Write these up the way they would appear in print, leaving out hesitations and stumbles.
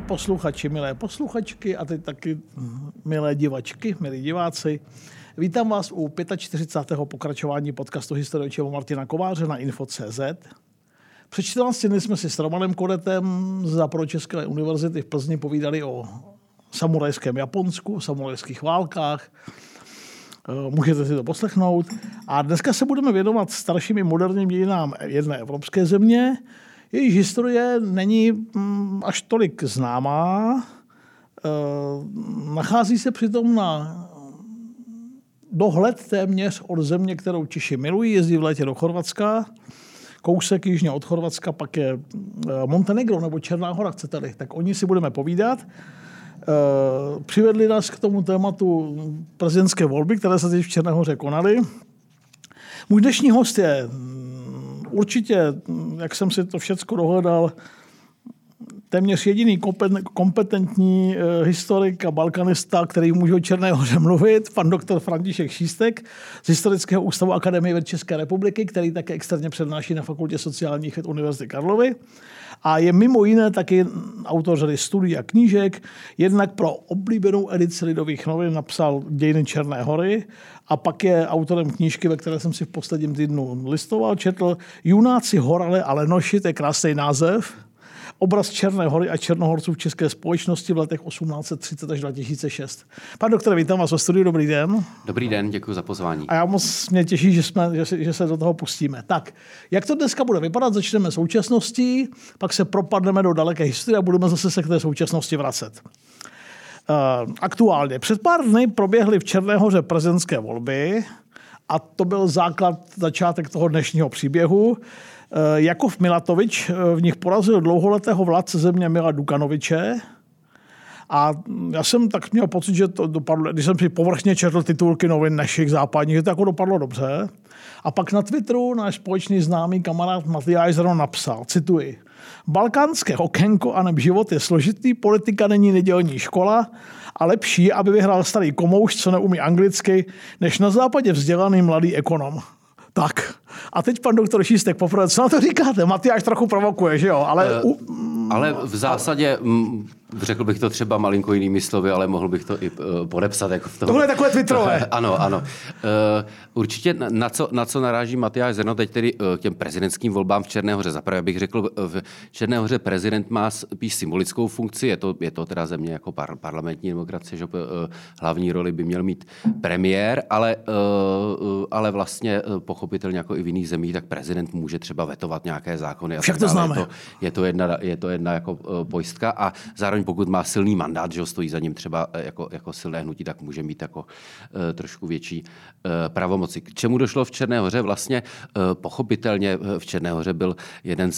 posluchači, milé posluchačky a teď taky milé divačky, milí diváci. Vítám vás u 45. pokračování podcastu Historie Čeho Martina Kováře na info.cz. Před 14 dny jsme si s Romanem Kodetem z Západočeské univerzity v Plzni povídali o samurajském Japonsku, o samurajských válkách. Můžete si to poslechnout. A dneska se budeme věnovat starším i moderním dějinám jedné evropské země. Jejíž historie není až tolik známá. Nachází se přitom na dohled téměř od země, kterou Češi milují. Jezdí v létě do Chorvatska. Kousek jižně od Chorvatska pak je Montenegro nebo Černá Hora, chcete-li. Tak o ní si budeme povídat. Přivedli nás k tomu tématu prezidentské volby, které se teď v Černé Hoře konaly. Můj dnešní host je určitě, jak jsem si to všecko dohledal, téměř jediný kompetentní historik a balkanista, který může o Černé Hoře mluvit, pan doktor František Šístek z Historického ústavu Akademie věd České republiky, který také externě přednáší na Fakultě sociálních věd Univerzity Karlovy. A je mimo jiné taky autor řady studií a knížek. Jednak pro oblíbenou edici Lidových novin napsal Dějiny Černé Hory a pak je autorem knížky, ve které jsem si v posledním týdnu listoval, četl Junáci Horale a Lenoši, to je krásný název. Obraz Černé Hory a Černohorců v české společnosti v letech 1830 až 2006. Pan doktore, vítám vás ve studiu, dobrý den. Dobrý den, děkuji za pozvání. A já moc mě těší, že se do toho pustíme. Tak, jak to dneska bude vypadat? Začneme současností, pak se propadneme do daleké historie a budeme zase se k té současnosti vracet. Aktuálně. Před pár dny proběhly v Černé Hoře prezidentské volby a to byl začátek toho dnešního příběhu. Jakov Milatovič v nich porazil dlouholetého vládce země Mila Dukanoviče a já jsem tak měl pocit, že to dopadlo, když jsem si povrchně četl titulky novin našich západních, že to jako dopadlo dobře. A pak na Twitteru náš společný známý kamarád Matyáš Zrno napsal, cituji, Balkánské okénko a neb život je složitý, politika není nedělní škola a lepší, aby vyhrál starý komouš, co neumí anglicky, než na západě vzdělaný mladý ekonom. Tak. A teď pan doktor Šístek, poprvé, co na to říkáte? Matyáš trochu provokuje, že jo? Ale v zásadě, řekl bych to třeba malinko jinými slovy, ale mohl bych to i podepsat. Jako v tom. Tohle je takové twitterové. Ano. Určitě na co naráží Matyáš Zrno teď tedy k těm prezidentským volbám v Černé Hoře. Zaprvé bych řekl, v Černé Hoře prezident má spíš symbolickou funkci, je to teda země jako parlamentní demokracie, že hlavní roli by měl mít premiér, ale vlastně pochopitelně jako i v jiných zemích, tak prezident může třeba vetovat nějaké zákony. Však to známe. Je to jedna jako pojistka a zároveň pokud má silný mandát, že ho stojí za ním třeba jako silné hnutí, tak může mít jako trošku větší pravomoci. K čemu došlo v Černé Hoře? Vlastně pochopitelně v Černé Hoře byl jeden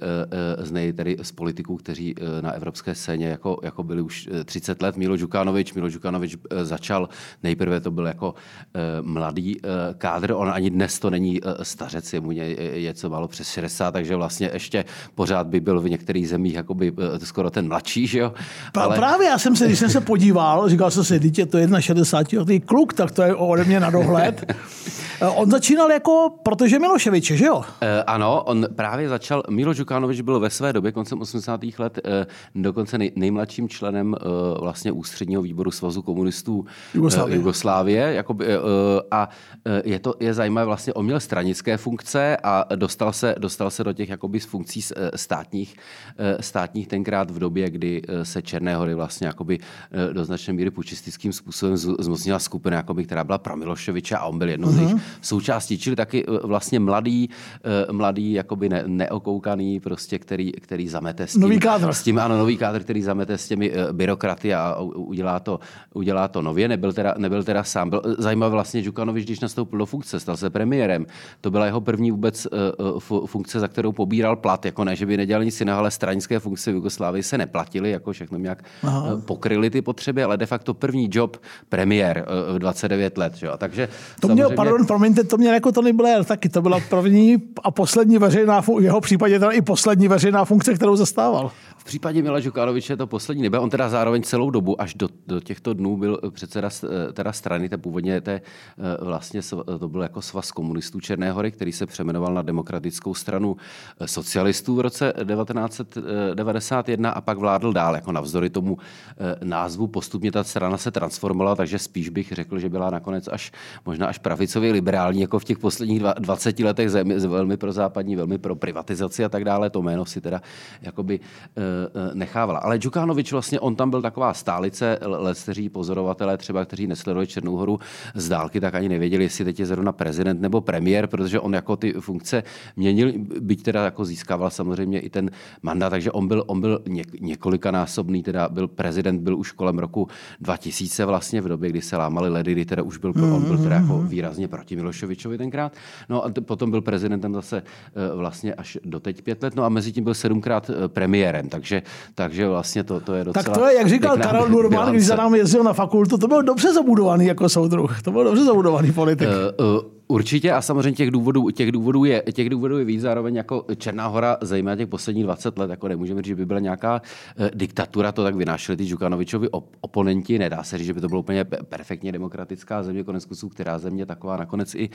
z politiků, kteří na evropské scéně jako byli už 30 let, Milo Đukanovič. Milo Đukanovič začal, nejprve to byl jako mladý kádr, on ani dnes to není stařec, je mu něco málo přes 60, takže vlastně ještě pořád by byl v některých zemích jakoby skoro ten mladší, že jo? Právě když jsem se podíval, říkal jsem si, dítě, to je 61letý kluk, tak to je ode mě na dohled. On začínal protože Miloševiče, že jo? Ano, on právě začal, Milo Đukanovič byl ve své době koncem 80. let dokonce nejmladším členem vlastně ústředního výboru Svazu komunistů Jugoslávie. A je zajímavé, vlastně on měl stranické funkce a dostal se do těch jakoby funkcí státních tenkrát v době, kdy se Černé Hory vlastně jakoby do značné míry pučistickým způsobem zmocnila skupina, jakoby, která byla pro Miloševiče a on byl jednou z jejich součástí, čili taky vlastně mladý jakoby neokoukaný, prostě, který zamete s tím. Nový kádr, který zamete s těmi byrokraty a udělá to nově. Nebyl teda sám. Byl zajímavý vlastně Đukanovič, když nastoupil do funkce, stal se premiérem. To byla jeho první vůbec funkce, za kterou pobíral plat, jako ne, že by nedělal nic jiného, ale stranické funkce v Jugoslávii se neplatily, jako všechno nějak pokryly ty potřeby, ale de facto první job premiér v 29 let. Že? Takže to měl, promiňte, to měl jako Tony Blair taky, to byla první a poslední veřejná funkce, v jeho případě teda i poslední veřejná funkce, kterou zastával. V případě Mila Đukanoviče to poslední nebyl. On teda zároveň celou dobu, až do těchto dnů byl předseda teda strany, původně vlastně to byl jako svaz komunistů Černé Hory, který se přejmenoval na Demokratickou stranu socialistů v roce 1991 a pak vládl dál. Jako navzdory tomu názvu postupně ta strana se transformovala, takže spíš bych řekl, že byla nakonec možná až pravicově liberální, jako v těch posledních 20 letech velmi pro západní, velmi pro privatizaci a tak dále. To jméno si teda jakoby nechávala. Ale Đukanovič vlastně, on tam byl taková stálice, kteří pozorovatelé třeba, kteří nesledovali Černou Horu z dálky, tak ani nevěděli, jestli teď je zrovna prezident nebo premiér, protože on jako ty funkce měnil, byť teda jako získával samozřejmě i ten mandát, takže on byl několikanásobný, teda byl prezident, byl už kolem roku 2000 vlastně v době, kdy se lámaly ledy, kdy teda už on byl teda jako výrazně proti Miloševičovi tenkrát. No a potom byl prezidentem zase vlastně až doteď 5 let, no a mezi tím byl 7krát premiérem, takže vlastně to je docela... Tak to je, jak říkal Karel Nurman, když za námi jezdil na fakultu, to byl dobře zabudovaný jako soudruh, to byl dobře zabudovaný politik. Určitě a samozřejmě těch důvodů je víc, zároveň jako Černá Hora, zejména těch posledních 20 let, jako nemůžeme říct, že by byla nějaká diktatura, to tak vynášeli ty Đukanovičovi oponenti, nedá se říct, že by to bylo úplně perfektně demokratická země, koneckonců, která země taková nakonec i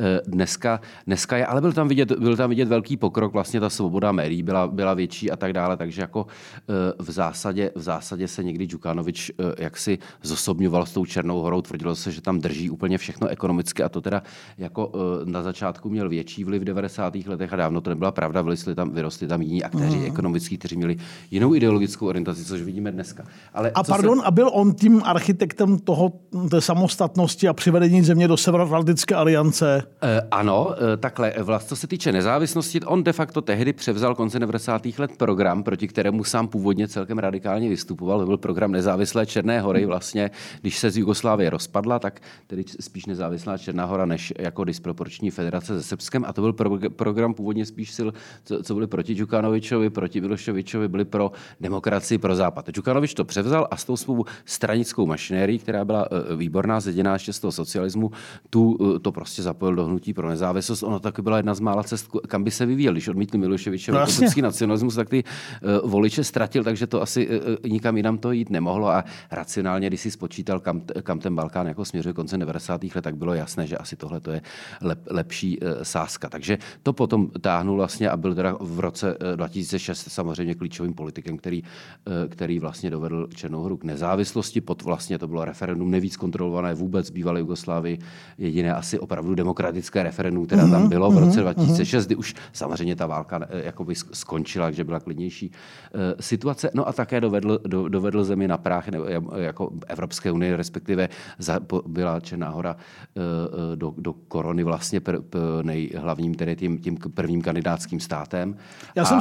dneska je, ale byl tam vidět velký pokrok, vlastně ta svoboda médií byla větší a tak dále, takže jako v zásadě se někdy Đukanovič jaksi zosobňoval s tou Černou Horou, tvrdilo se, že tam drží úplně všechno ekonomicky a to teda jako na začátku měl větší vliv v 90. letech a dávno to nebyla pravda, vyrostli tam jiní aktéři ekonomický, kteří měli jinou ideologickou orientaci, což vidíme dneska. Ale a byl on tím architektem té samostatnosti a přivedení země do Severoatlantické aliance? Ano, takhle. Vlastně, co se týče nezávislosti, on de facto tehdy převzal konce 90. let program, proti kterému sám původně celkem radikálně vystupoval. To byl program nezávislé Černé Hory. Vlastně, když se z Jugoslávie rozpadla, tak tedy spíš nezávislá Černá Hora než jako disproporční federace se Srbskem. A to byl program původně spíš sil, co byli proti Đukanovičovi, proti Miloševičovi, byli pro demokracii, pro západ. Đukanovič to převzal a s tou svou stranickou mašinérií, která byla výborná, zděděná ještě z toho socialismu, to prostě zapojil do hnutí pro nezávislost. Ono taky byla jedna z mála cest, kam by se vyvíjel. Když odmítli Miloševičovi srbský nacionalismus, tak ty voliče ztratil, takže to asi nikam jinam to jít nemohlo a racionálně, když si spočítal, kam ten Balkán jako směřuje koncem 90. let, tak bylo jasné, že asi tohle to je lepší sázka. Takže to potom táhnul vlastně a byl teda v roce 2006 samozřejmě klíčovým politikem, který vlastně dovedl Černou Horu k nezávislosti. Vlastně to bylo referendum nejvíc kontrolované vůbec bývalé Jugoslávii. Jediné asi opravdu demokratické referendum, které tam bylo v roce 2006, kdy už samozřejmě ta válka jakoby skončila, takže byla klidnější situace. No a také dovedl zemi na práh jako Evropské unie, respektive byla Černá Hora do korony vlastně nejhlavním, tedy tím prvním kandidátským státem. Já jsem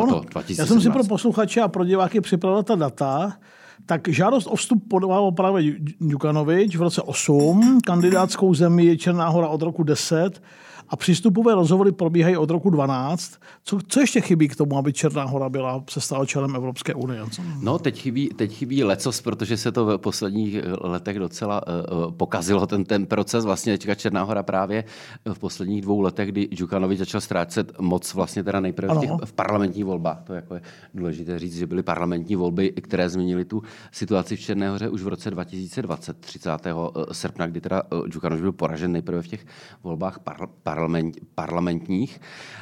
si pro posluchače a pro diváky připravil ta data. Tak žádost o vstup podával právě Đukanovič v roce 8, kandidátskou zemi je Černá Hora od roku 10 a přístupové rozhovory probíhají od roku 12. Co ještě chybí k tomu, aby Černá Hora se stala členem Evropské unie? No, teď chybí lecos, protože se to v posledních letech docela pokazilo ten proces. Vlastně Černá Hora právě v posledních 2 letech, kdy Đukanovič začal ztrácet moc vlastně teda nejprve v parlamentní volbách. To jako je důležité říct, že byly parlamentní volby, které změnily tu situaci v Černé Hoře už v roce 2020, 30. srpna, kdy teda Đukanovič byl poražen nejprve v těch volbách parlamentních.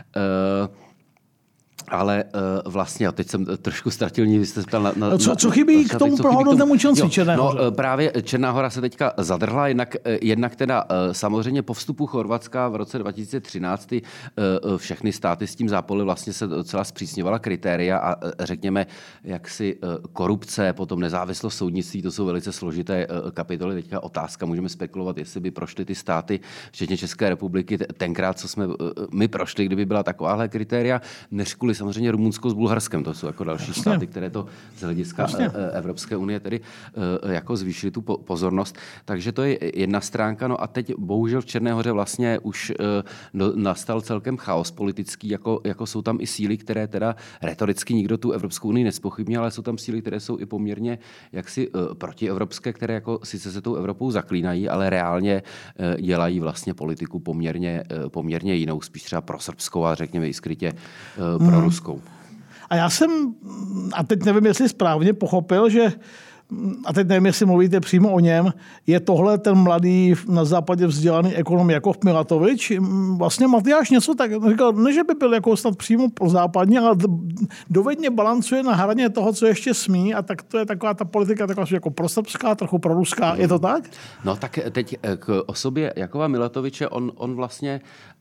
Ale vlastně, a teď jsem trošku ztratil, vy jste ptal na co chybí k tomu plnohodnotnému členství Černé Hoře? No, právě Černá Hora se teďka zadrhla, jednak teda samozřejmě po vstupu Chorvatska v roce 2013 všechny státy s tím zápolí vlastně se docela zpřísňovala kritéria a řekněme, jaksi korupce, potom nezávislost soudnictví, to jsou velice složité kapitoly. Teďka otázka, můžeme spekulovat, jestli by prošly ty státy, včetně České republiky, tenkrát, co jsme my prošli, kdyby byla takováhle kritéria, neřkuli samozřejmě Rumunsko s Bulharskem. To jsou jako další státy, které to z hlediska Evropské unie tedy jako zvýšily tu pozornost. Takže to je jedna stránka. No a teď bohužel v Černé Hoře vlastně už nastal celkem chaos politický, jako jsou tam i síly, které teda retoricky nikdo tu Evropskou unii nespochybní, ale jsou tam síly, které jsou i poměrně jaksi protievropské, které jako sice se tou Evropou zaklínají, ale reálně dělají vlastně politiku poměrně jinou, spíš třeba pro srbskou a řekněme i skrytě pro ruskou. A já jsem, a teď nevím, jestli správně pochopil, že, a teď nevím, jestli mluvíte přímo o něm, je tohle ten mladý na západě vzdělaný ekonom Jakov Milatovič. Vlastně Matyáš něco tak říkal, ne, že by byl jako snad přímo pro západní, ale dovedně balancuje na hraně toho, co ještě smí, a tak to je taková ta politika taková jako prosrbská, trochu proruská. Je to tak? No tak teď k osobě Jakova Milatoviče, on vlastně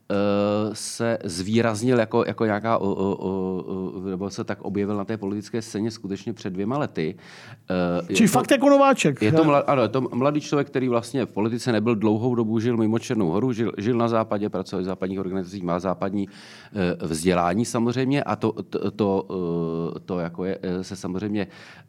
se zvýraznil jako nějaká, nebo se tak objevil na té politické scéně skutečně před 2 lety. Čiže fakt jako nováček. Je to mladý člověk, který vlastně v politice nebyl dlouhou dobu, žil mimo Černou Horu, žil na západě, pracoval v západních organizacích, má západní vzdělání samozřejmě a to jako se samozřejmě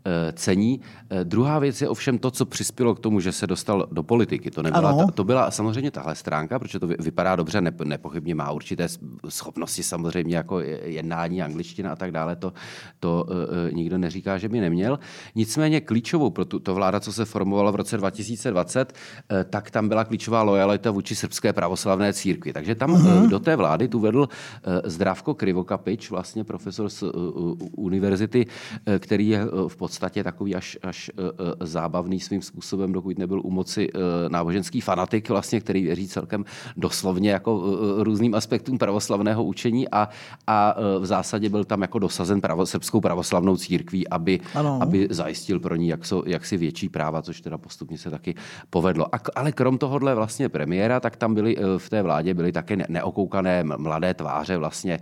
cení. Druhá věc je ovšem to, co přispělo k tomu, že se dostal do politiky. To byla samozřejmě tahle stránka, protože to vypadá dobře, nepochybně má určité schopnosti samozřejmě jako jednání, angličtina a tak dále. To nikdo neříká, že by neměl. Nicméně klíčovou pro to vláda, co se formovala v roce 2020, tak tam byla klíčová lojalita vůči srbské pravoslavné církvi. Takže tam do té vlády tu vedl Zdravko Krivokapič, vlastně profesor z univerzity, který je v podstatě takový až zábavný svým způsobem, dokud nebyl u moci náboženský fanatik, vlastně, který věří celkem doslovně jako různým aspektům pravoslavného učení a v zásadě byl tam jako dosazen srbskou pravoslavnou církví, aby zajistil pro ní jaksi větší práva, což teda postupně se taky povedlo. Ale krom tohohle vlastně premiéra, tak tam v té vládě byly také neokoukané mladé tváře. Vlastně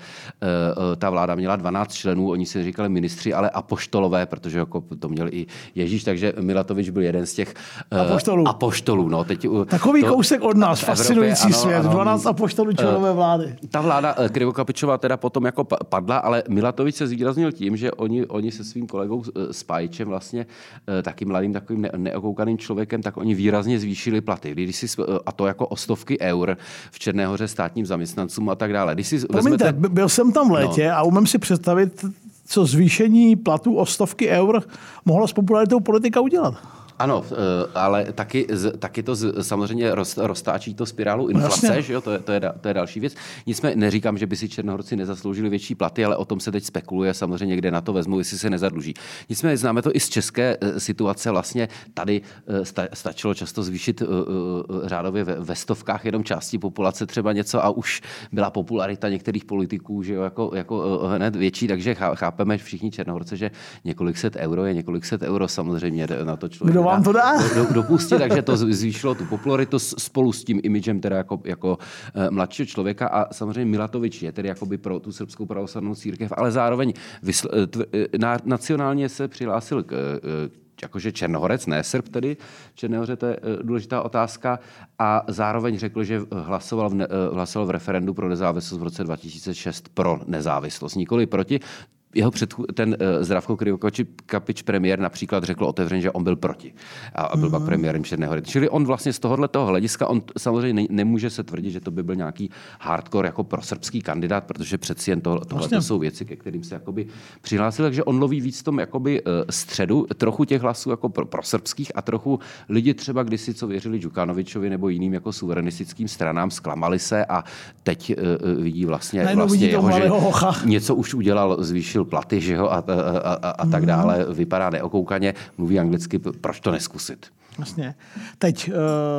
ta vláda měla 12 členů, oni si říkali ministři, ale apoštolové, protože jako to měl i Ježíš, takže Milatovič byl jeden z těch apoštolů. No, takový kousek od nás, fascinující svět, 12 apoštolů členové vlády. Ta vláda Krivokapičová teda potom jako padla, ale Milatovič se zvýraznil tím, že oni se svým kolegou Spajičem vlastně taky mladým takovým neokoukaným člověkem, tak oni výrazně zvýšili platy. A to jako o stovky eur v Černé Hoře státním zaměstnancům a tak dále. Promiňte, byl jsem tam v létě a umím si představit, co zvýšení platů o stovky eur mohlo s popularitou politika udělat. Ano, ale taky to samozřejmě roztáčí to spirálu inflace, že jo? To je další věc. Nicméně neříkám, že by si Černohorci nezasloužili větší platy, ale o tom se teď spekuluje, samozřejmě kde na to vezmou, jestli se nezadluží. Nicméně známe to i z české situace, vlastně tady stačilo často zvýšit řádově ve stovkách jenom části populace třeba něco a už byla popularita některých politiků, že jo, jako hned větší, takže chápeme všichni Černohorce, že několik set euro samozřejmě na to člověk vám to dá? Dopustí, takže to zvýšilo tu popularitu spolu s tím imidžem teda jako mladšího člověka a samozřejmě Milatovič je tedy jakoby pro tu srbskou pravoslavnou církev, ale zároveň nacionálně se přihlásil jakože Černohorec, ne Srb tedy. Černé Hoře, to je důležitá otázka. A zároveň řekl, že hlasoval v referendu pro nezávislost v roce 2006 pro nezávislost, nikoli proti. Ten Zdravko Krivokapič premiér například řekl otevřeně, že on byl proti. A byl pak premiérem Černé Hory. Čili on vlastně z tohoto hlediska, on samozřejmě nemůže se tvrdit, že to by byl nějaký hardcore jako prosrbský kandidát, protože přeci jen tohle jsou věci, ke kterým se jakoby přihlásil. Takže on loví víc v tom jakoby středu, trochu těch hlasů jako prosrbských a trochu lidi třeba kdysi, co věřili Djukanovičovi nebo jiným jako suverenistickým stranám, zklamali se a teď vidí vlastně jeho, že něco už udělal, zvýšil platy, že jo, a tak dále, vypadá neokoukaně, mluví anglicky, proč to neskusit? Jasně. Teď,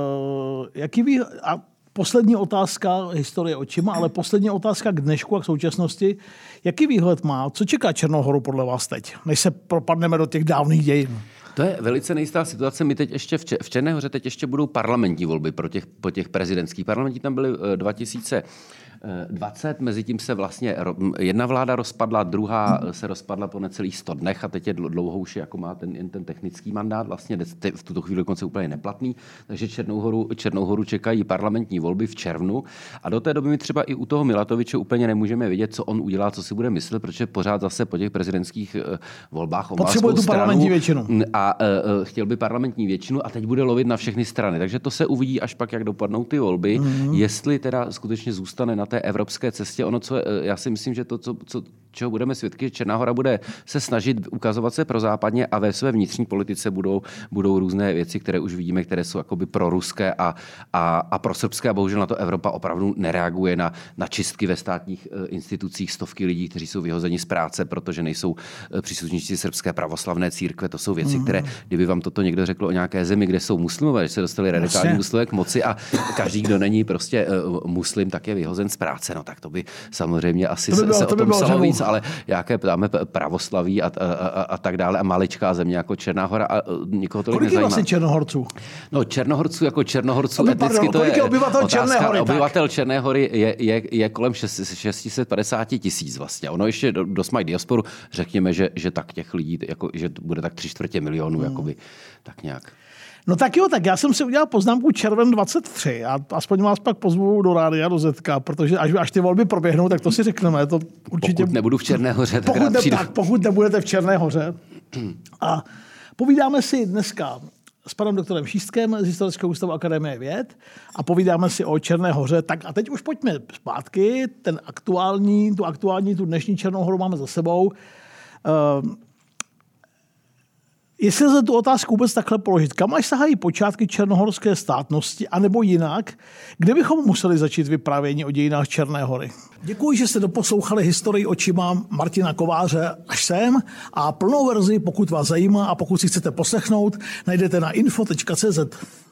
a poslední otázka, historie očima, ale poslední otázka k dnešku a k současnosti. Jaký výhled má? Co čeká Černou Horu podle vás teď, než se propadneme do těch dávných dějin? To je velice nejistá situace. My teď ještě v Černé Hoře teď ještě budou parlamentní volby po těch prezidentských. Parlamentní tam byly 2020, mezi tím se vlastně jedna vláda rozpadla, druhá se rozpadla po necelých 100 dnech a teď je dlouho už jako má ten technický mandát, vlastně v tuto chvíli dokonce úplně neplatný, takže Černou Horu čekají parlamentní volby v červnu a do té doby my třeba i u toho Milatoviče úplně nemůžeme vědět, co on udělá, co si bude myslet, protože pořád zase po těch prezidentských volbách on potřebuje tu parlamentní většinu. A chtěl by parlamentní větčinu a teď bude lovit na všechny strany. Takže to se uvidí až pak, jak dopadnou ty volby, jestli teda skutečně zůstane na té evropské cestě. Já si myslím, že to, čeho budeme svědky, Černá Hora bude se snažit ukazovat se prozápadně a ve své vnitřní politice budou různé věci, které už vidíme, které jsou jakoby proruské a prosrbské a bohužel na to Evropa opravdu nereaguje na čistky ve státních institucích, stovky lidí, kteří jsou vyhozeni z práce, protože nejsou příslušníci srbské pravoslavné církve. To jsou věci, které, kdyby vám toto někdo řekl o nějaké zemi, kde jsou muslimové, že se dostali radikální muslimové k moci a každý, kdo není prostě muslim, tak je vyhozen z práce, no tak to by samozřejmě asi se o tom psalo víc, ale jaké dáme pravoslaví a tak dále a maličká země jako Černá Hora a nikoho tolik nezajímá. Kolik je vlastně Černohorců? No Černohorců jako Černohorců etnicky to je obyvatel Černé Hory, obyvatel Černé Hory je kolem 650 000 vlastně. Ono ještě dost mají diasporu, řekněme, že tak těch lidí, jako, že bude tak 3/4 milionu, jakoby, tak nějak. No tak jo, tak já jsem si udělal poznámku červen 23 a aspoň vás pak pozvu do rádia, do Zetka, protože až ty volby proběhnou, tak to si řekneme. To určitě... Pokud nebudu v Černé Hoře, pokud nebudete v Černé Hoře. A povídáme si dneska s panem doktorem Šístkem z Historického ústavu Akademie věd a povídáme si o Černé Hoře. Tak a teď už pojďme zpátky. Tu dnešní Černou Horu máme za sebou. Jestli lze tu otázku vůbec takhle položit, kam až sahají počátky černohorské státnosti, anebo jinak, kde bychom museli začít vyprávění o dějinách Černé Hory? Děkuji, že jste doposlouchali historii očima Martina Kováře až sem a plnou verzi, pokud vás zajímá a pokud si chcete poslechnout, najdete na info.cz.